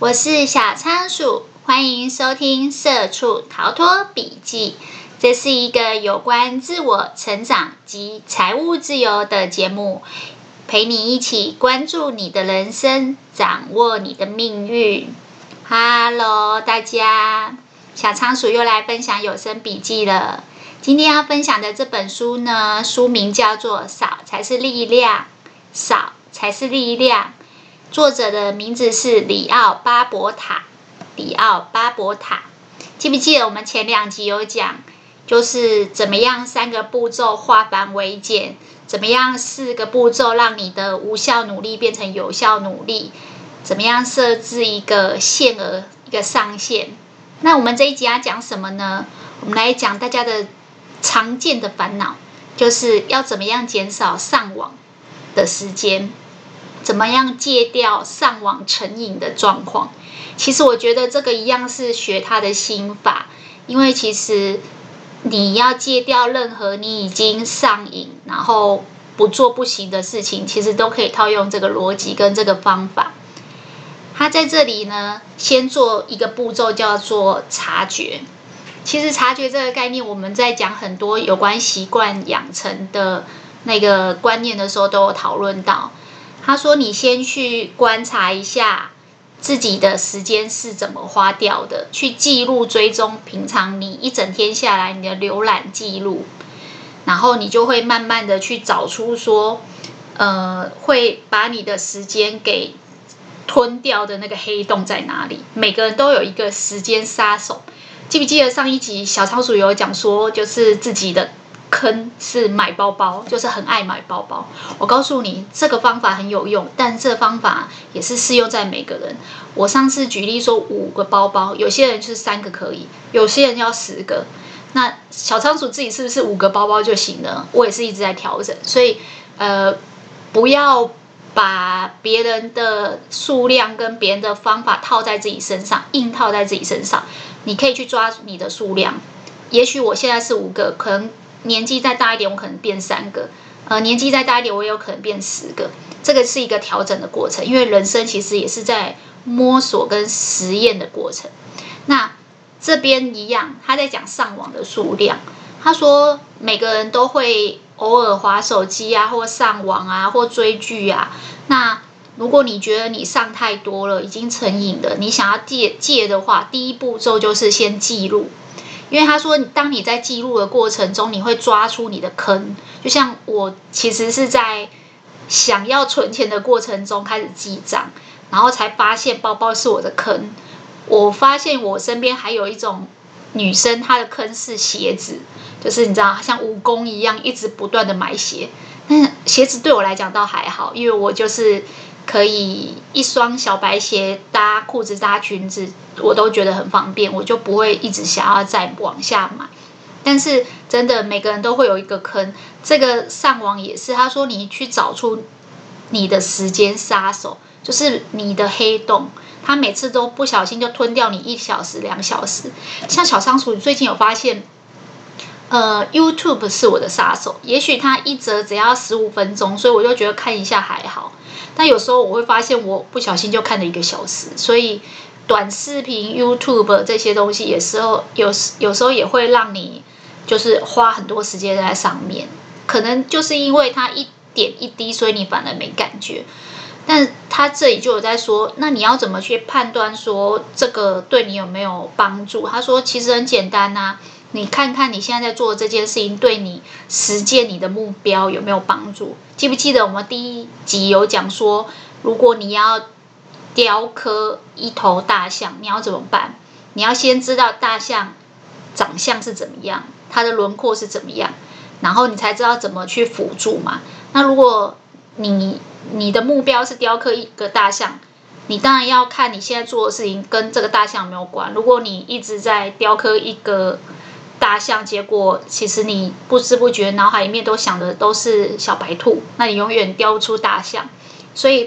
我是小仓鼠，欢迎收听《社畜逃脱笔记》。这是一个有关自我成长及财务自由的节目，陪你一起关注你的人生，掌握你的命运。Hello， 大家，小仓鼠又来分享有声笔记了。今天要分享的这本书呢，书名叫做《少才是力量》，少才是力量。作者的名字是里奥巴伯塔。记不记得我们前2集有讲，就是怎么样3个步骤化繁为简，怎么样4个步骤让你的无效努力变成有效努力，怎么样设置一个限额，一个上限。那我们这一集要讲什么呢？我们来讲大家的常见的烦恼，就是要怎么样减少上网的时间，怎么样戒掉上网成瘾的状况。其实我觉得这个一样是学他的心法，因为其实你要戒掉任何你已经上瘾然后不做不行的事情，其实都可以套用这个逻辑跟这个方法。他在这里呢，先做一个步骤叫做察觉。其实察觉这个概念，我们在讲很多有关习惯养成的那个观念的时候都有讨论到。他说你先去观察一下自己的时间是怎么花掉的，去记录追踪平常你一整天下来你的浏览记录，然后你就会慢慢的去找出说会把你的时间给吞掉的那个黑洞在哪里。每个人都有一个时间杀手。记不记得上一集小仓鼠有讲说，就是自己的坑是买包包，就是很爱买包包。我告诉你，这个方法很有用，但这个方法也是适用在每个人。我上次举例说5个包包，有些人就是3个可以，有些人要10个。那小仓鼠自己是不是5个包包就行了？我也是一直在调整，所以不要把别人的数量跟别人的方法套在自己身上，硬套在自己身上。你可以去抓你的数量，也许我现在是5个，可能年纪再大一点我可能变3个，年纪再大一点我也有可能变10个。这个是一个调整的过程，因为人生其实也是在摸索跟实验的过程。那这边一样，他在讲上网的数量。他说每个人都会偶尔滑手机啊，或上网啊，或追剧啊。那如果你觉得你上太多了，已经成瘾了，你想要戒的话，第一步骤就是先记录。因为他说当你在记录的过程中，你会抓出你的坑。就像我其实是在想要存钱的过程中开始记账，然后才发现包包是我的坑。我发现我身边还有一种女生，她的坑是鞋子，就是你知道像蜈蚣一样一直不断的买鞋。但鞋子对我来讲倒还好，因为我就是可以一双小白鞋搭裤子搭裙子，我都觉得很方便，我就不会一直想要再往下买。但是真的每个人都会有一个坑，这个上网也是。他说你去找出你的时间杀手，就是你的黑洞，他每次都不小心就吞掉你1小时2小时。像小仓鼠最近有发现YouTube 是我的杀手，也许它一则只要15分钟，所以我就觉得看一下还好。但有时候我会发现我不小心就看了1个小时，所以短视频 YouTube 这些东西有时候也会让你就是花很多时间在上面，可能就是因为它一点一滴，所以你反而没感觉。但他这里就有在说，那你要怎么去判断说这个对你有没有帮助？他说其实很简单啊，你看看你现在在做的这件事情对你实践你的目标有没有帮助。记不记得我们第1集有讲说，如果你要雕刻一头大象，你要怎么办？你要先知道大象长相是怎么样，它的轮廓是怎么样，然后你才知道怎么去辅助嘛。那如果你的目标是雕刻一个大象，你当然要看你现在做的事情跟这个大象有没有关。如果你一直在雕刻一个大象，结果其实你不知不觉脑海里面都想的都是小白兔，那你永远雕不出大象。所以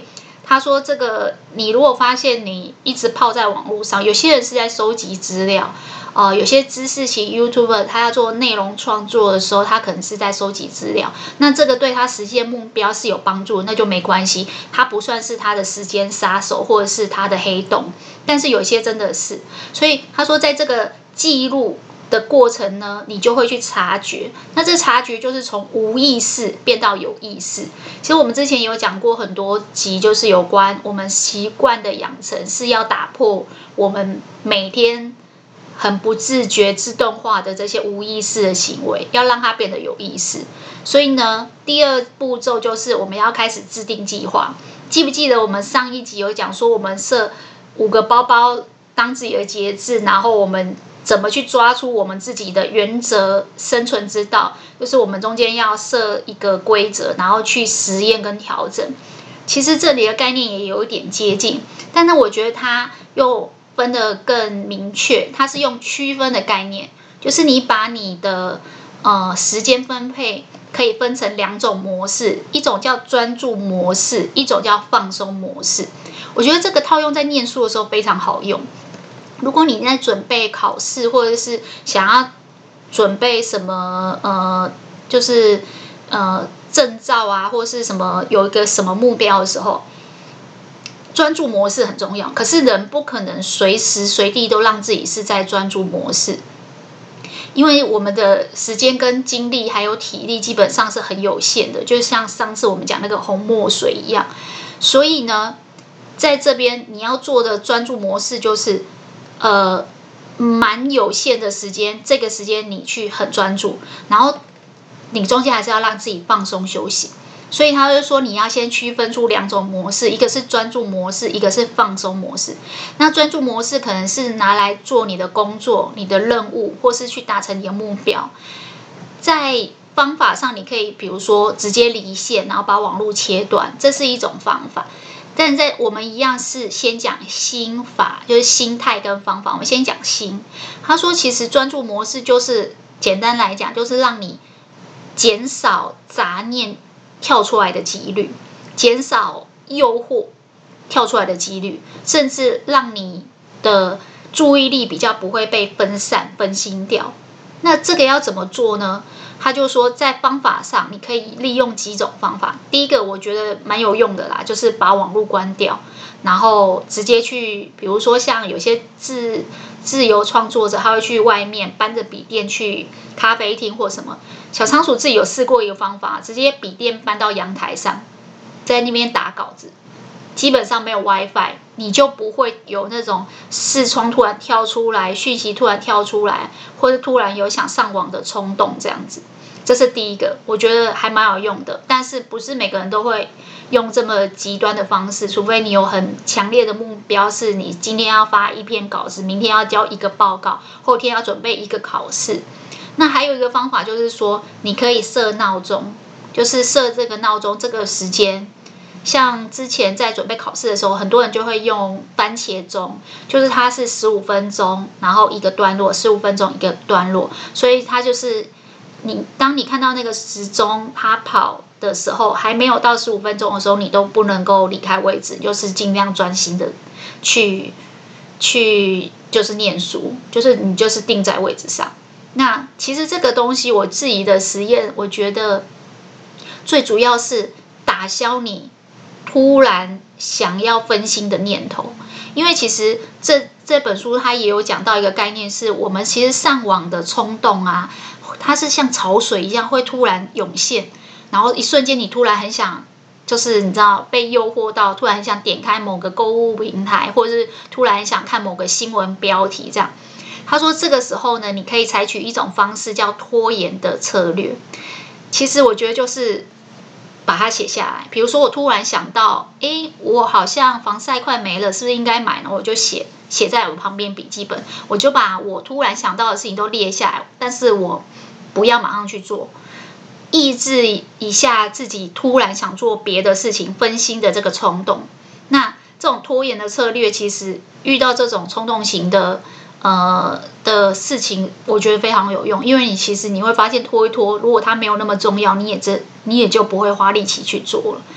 他说这个你如果发现你一直泡在网络上，有些人是在收集资料，有些知识型 YouTuber 他要做内容创作的时候，他可能是在收集资料，那这个对他实现目标是有帮助，那就没关系，他不算是他的时间杀手或者是他的黑洞，但是有些真的是，所以他说在这个记录的过程呢，你就会去察觉，那这察觉就是从无意识变到有意识。其实我们之前有讲过很多集，就是有关我们习惯的养成是要打破我们每天很不自觉自动化的这些无意识的行为，要让它变得有意识。所以呢，第二步骤就是我们要开始制定计划。记不记得我们上一集有讲说，我们设5个包包当自己的节制，然后我们怎么去抓出我们自己的原则生存之道，就是我们中间要设一个规则，然后去实验跟调整。其实这里的概念也有一点接近，但是我觉得它又分得更明确，它是用区分的概念，就是你把你的时间分配可以分成2种模式，一种叫专注模式，一种叫放松模式。我觉得这个套用在念书的时候非常好用。如果你在准备考试，或者是想要准备什么就是证照啊，或者是什么有一个什么目标的时候，专注模式很重要。可是人不可能随时随地都让自己是在专注模式，因为我们的时间跟精力还有体力基本上是很有限的，就像上次我们讲那个红墨水一样。所以呢，在这边你要做的专注模式就是蛮有限的时间，这个时间你去很专注，然后你中间还是要让自己放松休息。所以他就说你要先区分出2种模式，一个是专注模式，一个是放松模式。那专注模式可能是拿来做你的工作、你的任务，或是去达成你的目标。在方法上，你可以比如说直接离线，然后把网络切断，这是一种方法。但在我们一样是先讲心法，就是心态跟方法。我们先讲心。他说，其实专注模式就是简单来讲，就是让你减少杂念跳出来的几率，减少诱惑跳出来的几率，甚至让你的注意力比较不会被分散、分心掉。那这个要怎么做呢？他就说，在方法上你可以利用几种方法。第一个我觉得蛮有用的啦，就是把网络关掉，然后直接去，比如说像有些自由创作者，他会去外面搬着笔电去咖啡厅或什么。小仓鼠自己有试过一个方法，直接笔电搬到阳台上，在那边打稿子，基本上没有 WiFi， 你就不会有那种视窗突然跳出来，讯息突然跳出来，或者突然有想上网的冲动这样子。这是第一个，我觉得还蛮好用的，但是不是每个人都会用这么极端的方式，除非你有很强烈的目标，是你今天要发1篇稿子，明天要交1个报告，后天要准备1个考试。那还有一个方法就是说，你可以设闹钟，就是设这个闹钟这个时间。像之前在准备考试的时候，很多人就会用番茄钟，就是它是15分钟，然后1个段落，15分钟1个段落，所以它就是当你看到那个时钟它跑的时候，还没有到15分钟的时候，你都不能够离开位置，就是尽量专心的去就是念书，就是你就是定在位置上。那其实这个东西我自己的实验，我觉得最主要是打消你突然想要分心的念头。因为其实这本书它也有讲到一个概念，是我们其实上网的冲动啊，它是像潮水一样会突然涌现，然后一瞬间你突然很想，就是你知道被诱惑到，突然很想点开某个购物平台，或者是突然很想看某个新闻标题这样。他说这个时候呢，你可以采取一种方式叫拖延的策略。其实我觉得就是把它写下来，比如说我突然想到，我好像防晒快没了，是不是应该买呢？我就写在我旁边笔记本，我就把我突然想到的事情都列下来，但是我不要马上去做，抑制一下自己突然想做别的事情分心的这个冲动。那这种拖延的策略，其实遇到这种冲动型的事情，我觉得非常有用，因为其实你会发现拖一拖，如果它没有那么重要，你也就不会花力气去做了。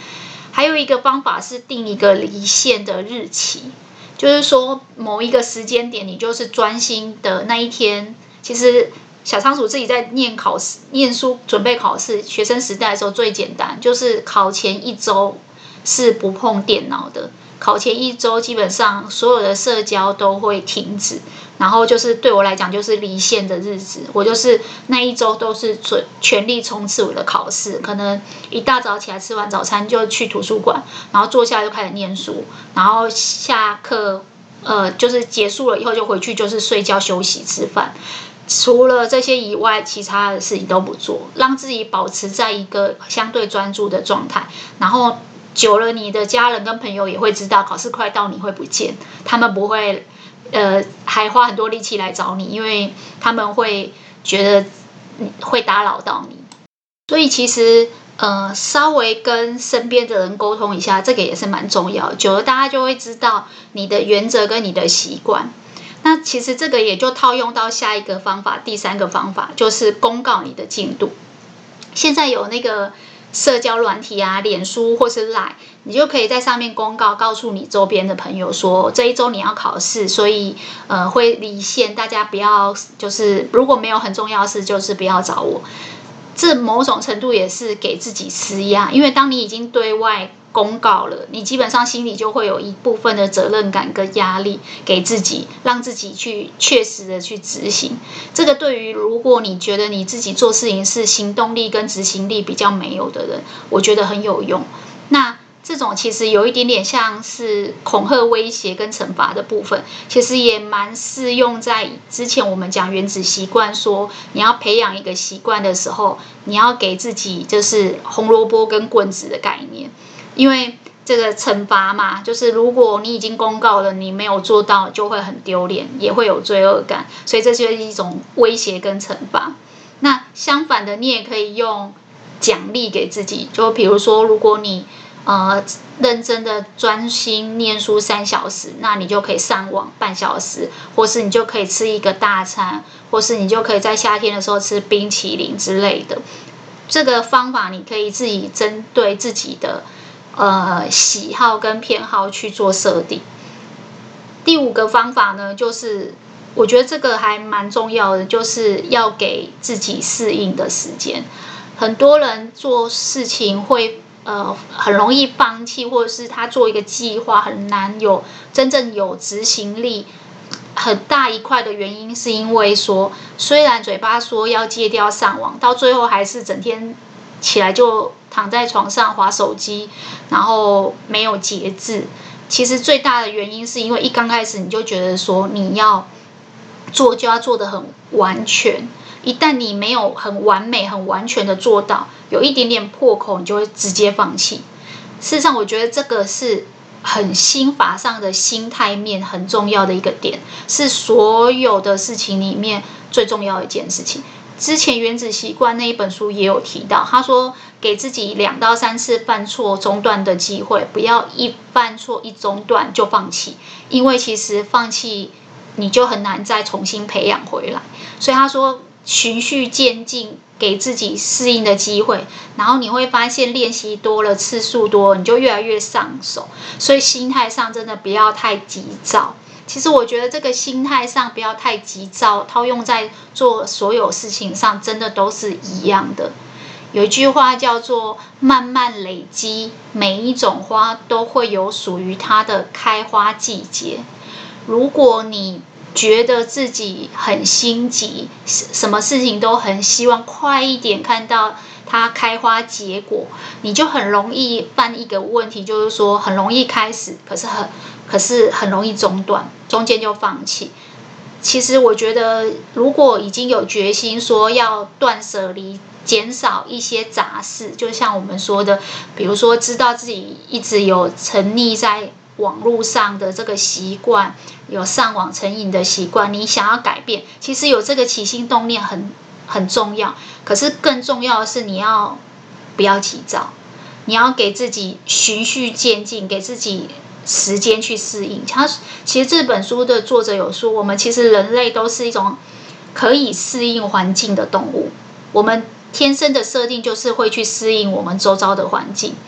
还有一个方法是定一个离线的日期，就是说某一个时间点，你就是专心的那一天。其实小仓鼠自己在念书准备考试，学生时代的时候最简单，就是考前1周是不碰电脑的。考前1周基本上所有的社交都会停止，然后就是对我来讲就是离线的日子，我就是那1周都是全力冲刺我的考试，可能一大早起来吃完早餐就去图书馆，然后坐下来就开始念书，然后下课就是结束了以后就回去就是睡觉休息吃饭，除了这些以外其他的事情都不做，让自己保持在一个相对专注的状态，然后久了，你的家人跟朋友也会知道考试快到你会不见，他们不会还花很多力气来找你，因为他们会觉得会打扰到你。所以其实稍微跟身边的人沟通一下，这个也是蛮重要的。久了大家就会知道你的原则跟你的习惯。那其实这个也就套用到下一个方法，第3个方法就是公告你的进度。现在有那个社交软体啊，脸书或是 LINE， 你就可以在上面公告，告诉你周边的朋友说这一周你要考试，所以会离线，大家不要就是如果没有很重要的事，就是不要找我。这某种程度也是给自己施压，因为当你已经对外公告了，你基本上心里就会有一部分的责任感跟压力给自己，让自己去确实的去执行。这个对于如果你觉得你自己做事情是行动力跟执行力比较没有的人，我觉得很有用。那这种其实有一点点像是恐吓、威胁跟惩罚的部分，其实也蛮适用在之前我们讲原子习惯，说你要培养一个习惯的时候，你要给自己就是红萝卜跟棍子的概念。因为这个惩罚嘛，就是如果你已经公告了，你没有做到，就会很丢脸，也会有罪恶感，所以这就是一种威胁跟惩罚。那相反的，你也可以用奖励给自己，就比如说，如果你认真的专心念书3小时，那你就可以上网半小时，或是你就可以吃一个大餐，或是你就可以在夏天的时候吃冰淇淋之类的。这个方法你可以自己针对自己的喜好跟偏好去做设定。第5个方法呢，就是我觉得这个还蛮重要的，就是要给自己适应的时间。很多人做事情会很容易放弃，或者是他做一个计划很难真正有执行力。很大一块的原因是因为说，虽然嘴巴说要戒掉上网，到最后还是整天起来就躺在床上滑手机，然后没有节制。其实最大的原因是因为一刚开始你就觉得说你要做就要做得很完全，一旦你没有很完美很完全的做到，有一点点破口，你就会直接放弃。事实上我觉得这个是很心法上的心态面很重要的一个点，是所有的事情里面最重要的一件事情。之前原子习惯那一本书也有提到，他说给自己2到3次犯错中断的机会，不要一犯错一中断就放弃，因为其实放弃你就很难再重新培养回来。所以他说循序渐进，给自己适应的机会，然后你会发现练习多了，次数多了，你就越来越上手。所以心态上真的不要太急躁。其实我觉得这个心态上不要太急躁，套用在做所有事情上真的都是一样的。有一句话叫做慢慢累积，每一种花都会有属于它的开花季节。如果你觉得自己很心急，什么事情都很希望快一点看到它开花结果，你就很容易犯一个问题，就是说很容易开始，可是很容易中断，中间就放弃。其实我觉得如果已经有决心说要断舍离，减少一些杂事，就像我们说的，比如说知道自己一直有沉溺在网络上的这个习惯，有上网成瘾的习惯，你想要改变，其实有这个起心动念很重要。可是更重要的是你要不要急躁，你要给自己循序渐进，给自己时间去适应。其实这本书的作者有说，我们其实人类都是一种可以适应环境的动物，我们天生的设定就是会去适应我们周遭的环境。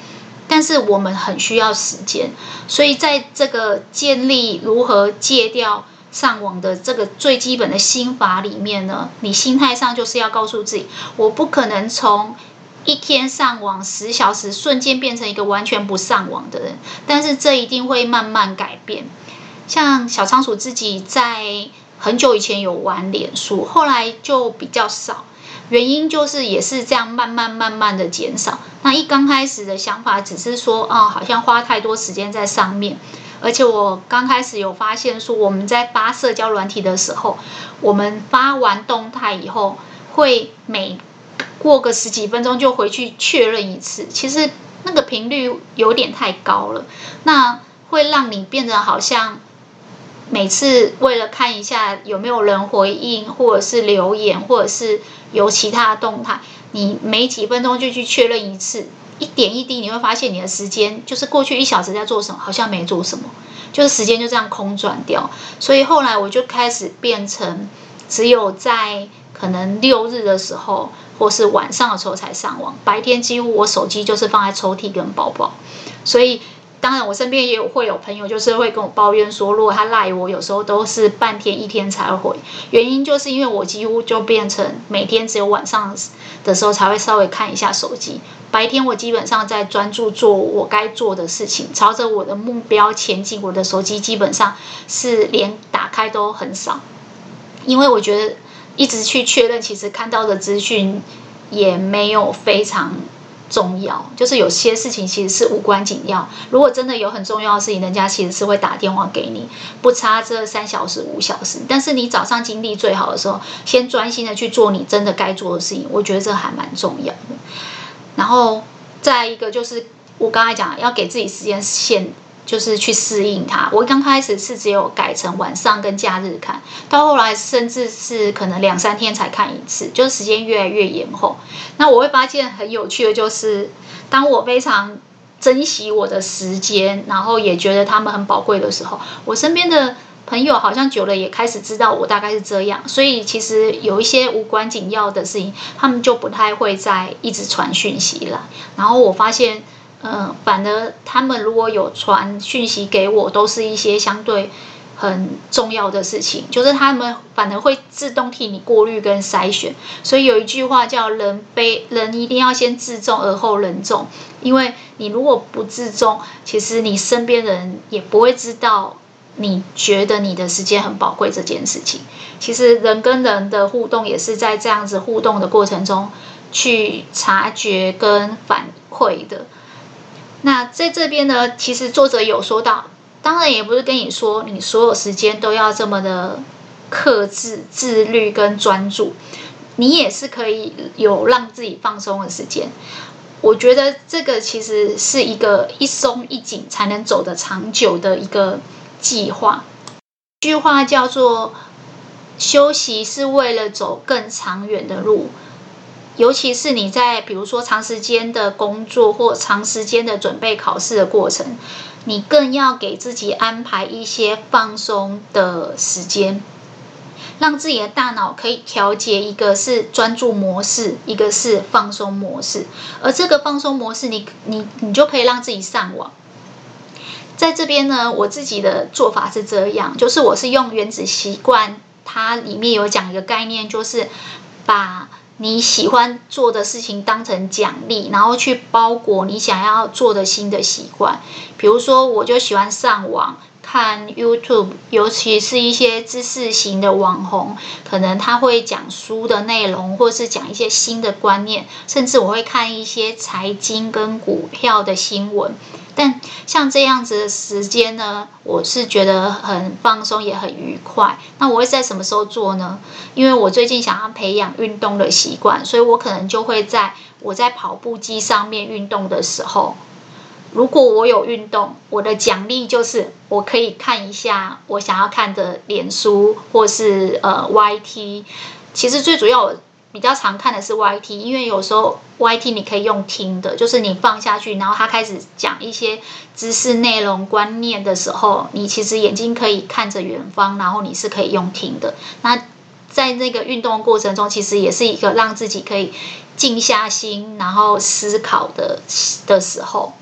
但是我们很需要时间，所以在这个建立如何戒掉上网的这个最基本的心法里面呢，你心态上就是要告诉自己，我不可能从一天上网10小时瞬间变成一个完全不上网的人，但是这一定会慢慢改变。像小仓鼠自己在很久以前有玩脸书，后来就比较少，原因就是也是这样慢慢的减少。那一刚开始的想法只是说，好像花太多时间在上面。而且我刚开始有发现说，我们在发社交软体的时候，我们发完动态以后，会每过个10几分钟就回去确认一次。其实那个频率有点太高了，那会让你变得好像每次为了看一下有没有人回应，或者是留言，或者是有其他的动态，你每几分钟就去确认一次。一点一滴你会发现你的时间就是过去1小时在做什么，好像没做什么，就是时间就这样空转掉。所以后来我就开始变成只有在可能6日的时候或是晚上的时候才上网，白天几乎我手机就是放在抽屉跟包包。所以当然我身边也会有朋友就是会跟我抱怨说，如果他赖我有时候都是半天1天才回，原因就是因为我几乎就变成每天只有晚上的时候才会稍微看一下手机，白天我基本上在专注做我该做的事情，朝着我的目标前进，我的手机基本上是连打开都很少。因为我觉得一直去确认，其实看到的资讯也没有非常重要，就是有些事情其实是无关紧要。如果真的有很重要的事情，人家其实是会打电话给你，不差这3小时5小时。但是你早上精力最好的时候，先专心的去做你真的该做的事情，我觉得这还蛮重要的。然后再一个就是我刚才讲要给自己时间线，就是去适应它。我刚开始是只有改成晚上跟假日看，到后来甚至是可能2、3天才看一次，就是时间越来越延后。那我会发现很有趣的就是，当我非常珍惜我的时间，然后也觉得他们很宝贵的时候，我身边的朋友好像久了也开始知道我大概是这样，所以其实有一些无关紧要的事情，他们就不太会再一直传讯息来。然后我发现反而他们如果有传讯息给我，都是一些相对很重要的事情，就是他们反而会自动替你过滤跟筛选。所以有一句话叫人一定要先自重而后人重，因为你如果不自重，其实你身边人也不会知道你觉得你的时间很宝贵这件事情。其实人跟人的互动也是在这样子互动的过程中去察觉跟反馈的。那在这边呢，其实作者有说到，当然也不是跟你说你所有时间都要这么的克制、自律跟专注，你也是可以有让自己放松的时间。我觉得这个其实是一个一松一紧才能走得长久的一个计划。一句话叫做休息是为了走更长远的路，尤其是你在比如说长时间的工作或长时间的准备考试的过程，你更要给自己安排一些放松的时间，让自己的大脑可以调节，一个是专注模式，一个是放松模式。而这个放松模式你就可以让自己上网。在这边呢，我自己的做法是这样，就是我是用原子习惯，它里面有讲一个概念，就是把你喜欢做的事情当成奖励，然后去包裹你想要做的新的习惯。比如说我就喜欢上网看 YouTube， 尤其是一些知识型的网红，可能他会讲书的内容，或是讲一些新的观念，甚至我会看一些财经跟股票的新闻。但像这样子的时间呢，我是觉得很放松也很愉快。那我会在什么时候做呢？因为我最近想要培养运动的习惯，所以我可能就会在我在跑步机上面运动的时候，如果我有运动，我的奖励就是我可以看一下我想要看的脸书或是YT。其实最主要我比较常看的是 YT， 因为有时候 YT 你可以用听的，就是你放下去，然后他开始讲一些知识内容观念的时候，你其实眼睛可以看着远方，然后你是可以用听的。那在那个运动过程中，其实也是一个让自己可以静下心然后思考的时候。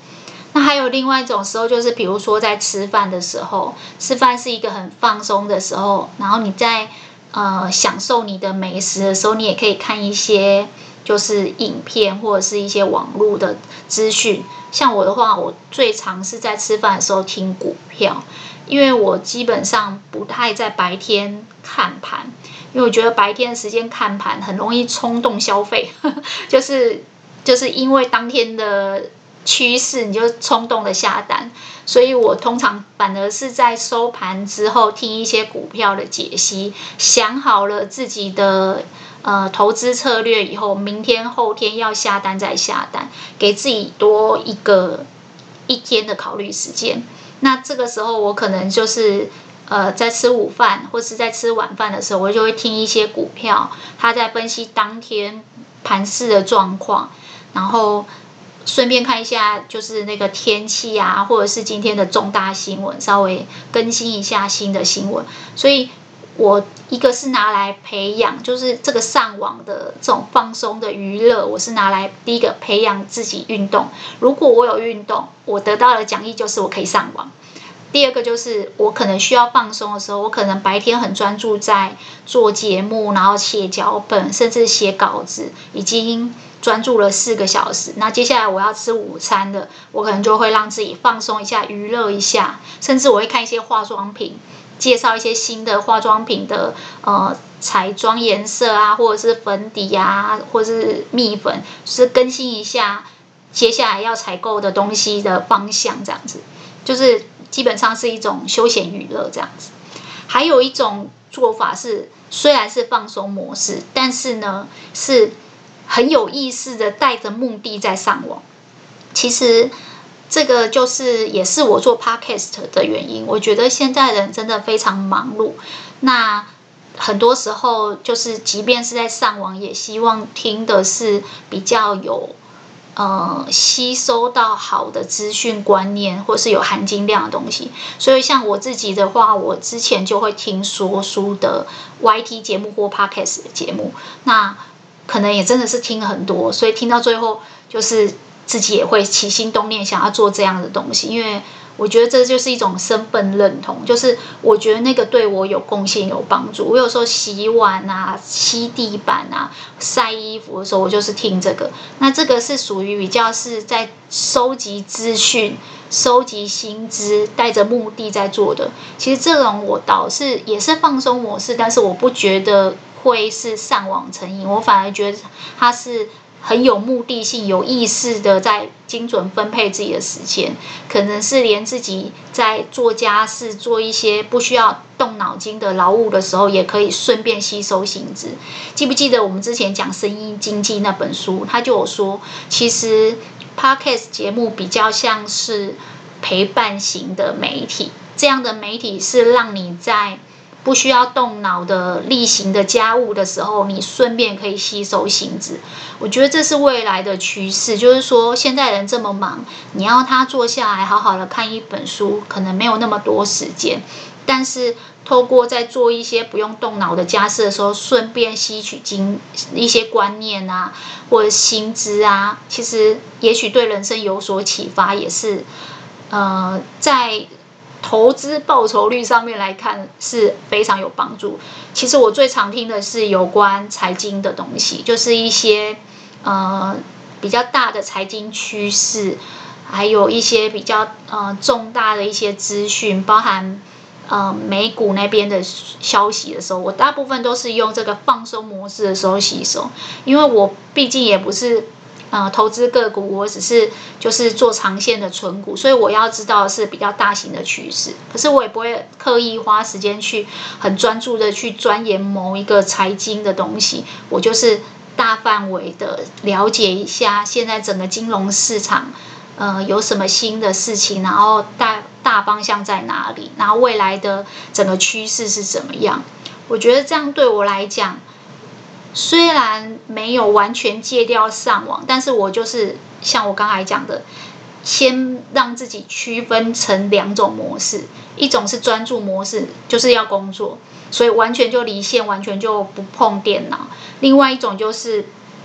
那还有另外一种时候，就是比如说在吃饭的时候，吃饭是一个很放松的时候，然后你在享受你的美食的时候，你也可以看一些就是影片或者是一些网络的资讯。像我的话，我最常是在吃饭的时候听股票，因为我基本上不太在白天看盘，因为我觉得白天的时间看盘很容易冲动消费，就是因为当天的趋势你就冲动的下单，所以我通常反而是在收盘之后听一些股票的解析，想好了自己的投资策略以后，明天后天要下单再下单，给自己多一天的考虑时间。那这个时候我可能就是在吃午饭或是在吃晚饭的时候，我就会听一些股票，他在分析当天盘势的状况，然后顺便看一下就是那个天气啊，或者是今天的重大新闻，稍微更新一下新的新闻。所以我一个是拿来培养，就是这个上网的这种放松的娱乐，我是拿来第一个培养自己运动。如果我有运动，我得到的奖励就是我可以上网。第二个就是我可能需要放松的时候，我可能白天很专注在做节目，然后写脚本，甚至写稿子，已经专注了4个小时。那接下来我要吃午餐的，我可能就会让自己放松一下，娱乐一下，甚至我会看一些化妆品，介绍一些新的化妆品的彩妆颜色啊，或者是粉底啊，或者是蜜粉，就是更新一下接下来要采购的东西的方向，这样子就是基本上是一种休闲娱乐这样子。还有一种做法是，虽然是放松模式，但是呢是很有意识的带着目的在上网。其实这个就是也是我做 podcast 的原因。我觉得现在人真的非常忙碌，那很多时候就是即便是在上网，也希望听的是比较有吸收到好的资讯观念，或是有含金量的东西。所以像我自己的话，我之前就会听说书的 YT 节目或 Podcast 的节目，那可能也真的是听很多，所以听到最后就是自己也会起心动念想要做这样的东西。因为我觉得这就是一种身份认同，就是我觉得那个对我有贡献有帮助。我有时候洗碗啊、吸地板啊、晒衣服的时候，我就是听这个。那这个是属于比较是在收集资讯、收集薪资，带着目的在做的。其实这种我倒是也是放松模式，但是我不觉得会是上网成瘾，我反而觉得它是很有目的性、有意识的在精准分配自己的时间，可能是连自己在做家事、做一些不需要动脑筋的劳务的时候，也可以顺便吸收薪资。记不记得我们之前讲《声音经济》那本书，他就有说，其实 Podcast 节目比较像是陪伴型的媒体，这样的媒体是让你在不需要动脑的例行的家务的时候，你顺便可以吸收薪资。我觉得这是未来的趋势，就是说现在人这么忙，你要他坐下来好好的看一本书，可能没有那么多时间，但是透过在做一些不用动脑的家事的时候，顺便吸取一些观念啊，或者薪资啊，其实也许对人生有所启发，也是在投资报酬率上面来看是非常有帮助。其实我最常听的是有关财经的东西，就是一些比较大的财经趋势，还有一些比较重大的一些资讯，包含美股那边的消息的时候，我大部分都是用这个放松模式的时候吸收，因为我毕竟也不是投资个股，我只是就是做长线的存股，所以我要知道的是比较大型的趋势。可是我也不会刻意花时间去很专注的去钻研某一个财经的东西，我就是大范围的了解一下现在整个金融市场有什么新的事情，然后大方向在哪里，然后未来的整个趋势是怎么样。我觉得这样对我来讲，虽然没有完全戒掉上网，但是我就是像我刚才讲的，先让自己区分成2种模式，一种是专注模式，就是要工作，所以完全就离线，完全就不碰电脑；另外一种就是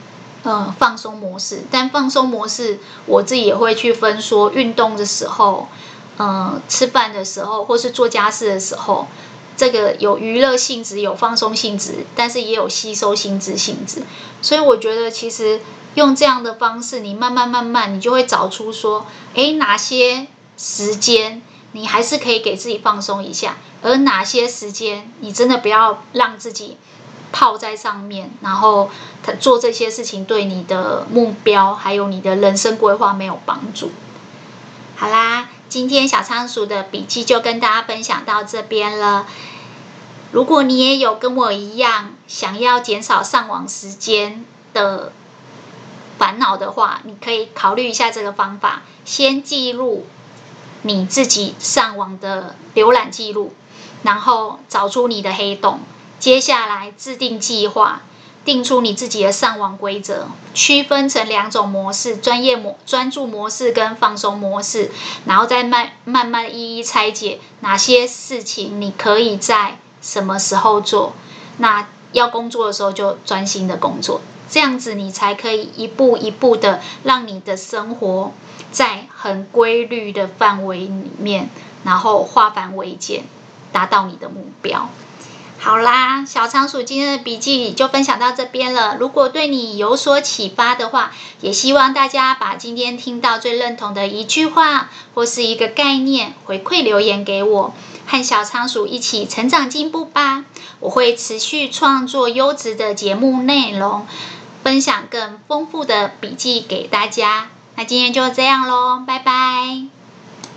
放松模式。但放松模式我自己也会去分说，运动的时候，吃饭的时候，或是做家事的时候，这个有娱乐性质，有放松性质，但是也有吸收心智性质。所以我觉得其实用这样的方式，你慢慢，你就会找出说，哪些时间你还是可以给自己放松一下，而哪些时间你真的不要让自己泡在上面，然后做这些事情对你的目标还有你的人生规划没有帮助。好啦，今天小仓鼠的笔记就跟大家分享到这边了。如果你也有跟我一样想要减少上网时间的烦恼的话，你可以考虑一下这个方法，先记录你自己上网的浏览记录，然后找出你的黑洞，接下来制定计划，定出你自己的上网规则，区分成2种模式，专注模式跟放松模式，然后再慢慢一一拆解哪些事情你可以在什么时候做，那要工作的时候就专心的工作，这样子你才可以一步一步的让你的生活在很规律的范围里面，然后化繁为简，达到你的目标。好啦，小仓鼠今天的笔记就分享到这边了。如果对你有所启发的话，也希望大家把今天听到最认同的一句话或是一个概念回馈留言给我，和小仓鼠一起成长进步吧。我会持续创作优质的节目内容，分享更丰富的笔记给大家。那今天就这样咯，拜拜。